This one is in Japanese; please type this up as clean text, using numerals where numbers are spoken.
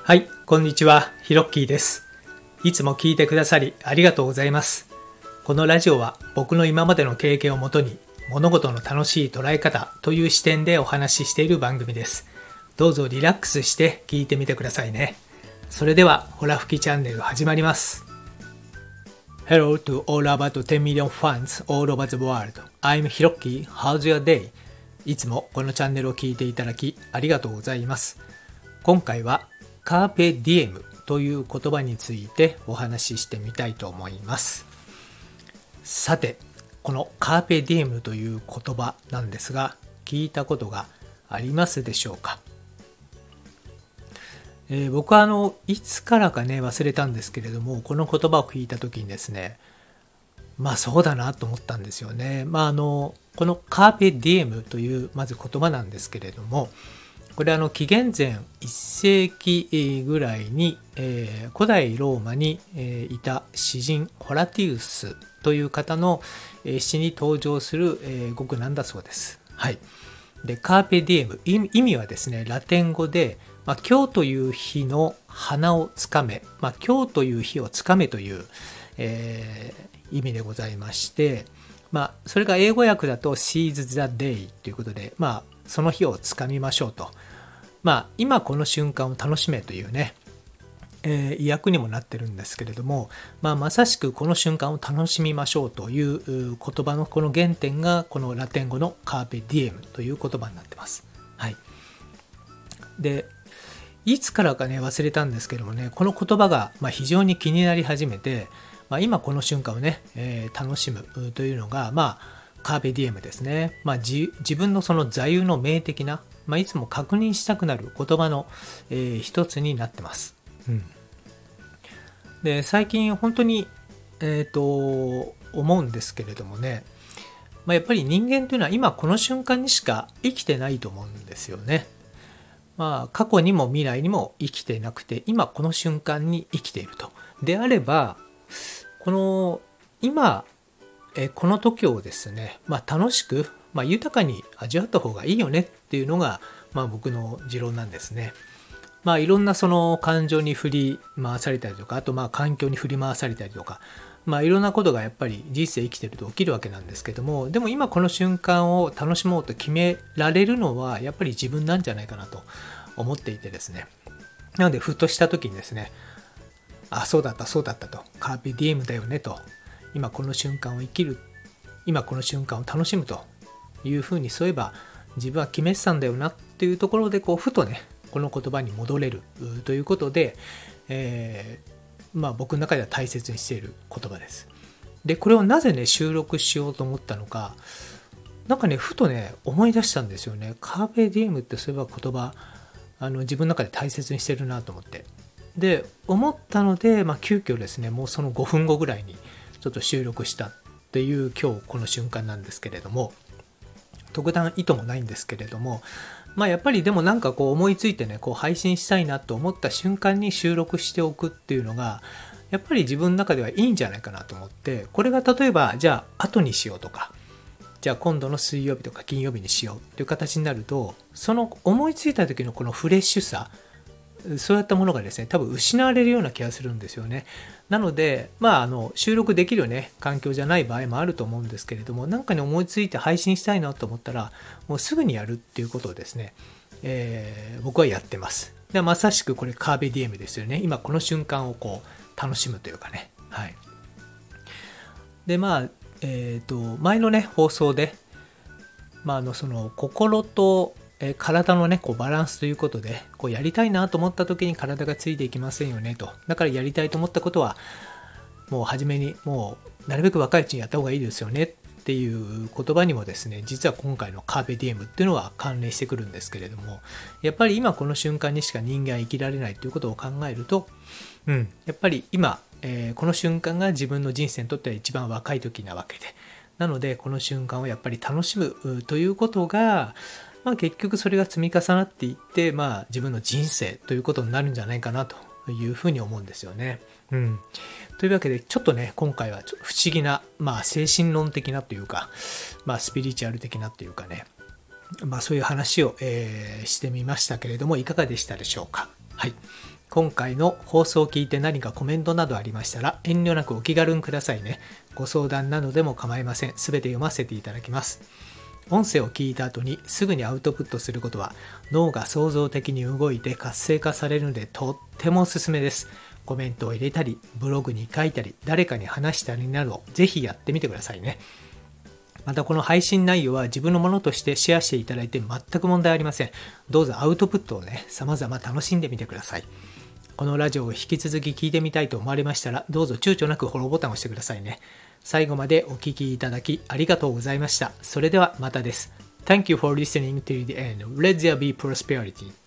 はい、こんにちは、ヒロッキーです。いつも聞いてくださりありがとうございます。このラジオは僕の今までの経験をもとに物事の楽しい捉え方という視点でお話ししている番組です。どうぞリラックスして聞いてみてくださいね。それでは、ホラ吹きチャンネル始まります。Hello to all about 10 million fans all over the world. I'm Hiroki. How's your day? いつもこのチャンネルを聞いていただきありがとうございます。今回はカーペディエムという言葉についてお話ししてみたいと思います。さて、このカーペディエムという言葉なんですが、聞いたことがありますでしょうか？僕はいつからかね忘れたんですけれども、この言葉を聞いた時にですね、そうだなと思ったんですよね。このカーペディエムというまず言葉なんですけれども、これ紀元前1世紀ぐらいに、古代ローマに、いた詩人ホラティウスという方の、詩に登場する、語句なんだそうです。はい。で、カーペディエム、意味はですね、ラテン語で、今日という日の花をつかめ、今日という日をつかめという、意味でございまして、それが英語訳だと seize the day ということで、その日をつかみましょうと。今この瞬間を楽しめというね、意訳にもなってるんですけれども、まさしくこの瞬間を楽しみましょうという言葉のこの原点がこのラテン語のカーペディエムという言葉になってます。はい。で、いつからかね忘れたんですけどもね、この言葉が非常に気になり始めて、今この瞬間をね、楽しむというのがカーペディエムですね。自分のその座右の銘的な、いつも確認したくなる言葉の、一つになってます。で、最近本当に、思うんですけれどもね、やっぱり人間というのは今この瞬間にしか生きてないと思うんですよね。過去にも未来にも生きてなくて、今この瞬間に生きていると。であれば、この今この時をですね、楽しく、豊かに味わった方がいいよねっていうのが、僕の持論なんですね。いろんなその感情に振り回されたりとか、あと環境に振り回されたりとか、いろんなことがやっぱり人生生きてると起きるわけなんですけども、でも今この瞬間を楽しもうと決められるのはやっぱり自分なんじゃないかなと思っていてですね。なのでふとした時にですね、そうだったと、カーペディエムだよねと、今この瞬間を生きる、今この瞬間を楽しむというふうに、そういえば自分は決めてたんだよなっていうところでふとね、この言葉に戻れるということで、僕の中では大切にしている言葉です。で、これをなぜね収録しようと思ったのか、ふとね思い出したんですよね。カーペディエムってそういえば言葉自分の中で大切にしてるなと思って、で思ったので、急遽ですね、もうその5分後ぐらいにちょっと収録したっていう今日この瞬間なんですけれども、特段意図もないんですけれども、やっぱりでも思いついてね、配信したいなと思った瞬間に収録しておくっていうのがやっぱり自分の中ではいいんじゃないかなと思って、これが例えばじゃあ後にしようとか、じゃあ今度の水曜日とか金曜日にしようっていう形になると、その思いついた時のこのフレッシュさ、そういったものがですね多分失われるような気がするんですよね。なので収録できるね環境じゃない場合もあると思うんですけれども、に思いついて配信したいなと思ったらもうすぐにやるっていうことをですね、僕はやってます。で、まさしくこれカーベディエムですよね。今この瞬間を楽しむというかね。はい。で前のね放送でその心と体のねバランスということで、やりたいなと思った時に体がついていきませんよねと。だからやりたいと思ったことはもう初めにもうなるべく若いうちにやった方がいいですよねっていう言葉にもですね、実は今回のカーペディエムっていうのは関連してくるんですけれども、やっぱり今この瞬間にしか人間は生きられないということを考えると、やっぱり今、この瞬間が自分の人生にとっては一番若い時なわけで、なのでこの瞬間をやっぱり楽しむということが、結局それが積み重なっていって、自分の人生ということになるんじゃないかなというふうに思うんですよね。というわけでちょっとね今回は不思議な、精神論的なというか、スピリチュアル的なというかね、そういう話を、してみましたけれども、いかがでしたでしょうか。はい。 今回の放送を聞いて何かコメントなどありましたら遠慮なくお気軽にくださいね。ご相談などでも構いません。すべて読ませていただきます。音声を聞いた後にすぐにアウトプットすることは脳が創造的に動いて活性化されるのでとってもおすすめです。コメントを入れたり、ブログに書いたり、誰かに話したりなどぜひやってみてくださいね。またこの配信内容は自分のものとしてシェアしていただいて全く問題ありません。どうぞアウトプットをね、様々楽しんでみてください。このラジオを引き続き聞いてみたいと思われましたら、どうぞ躊躇なくフォローボタンを押してくださいね。最後までお聞きいただきありがとうございました。それではまたです。Thank you for listening to the end. Let there be prosperity.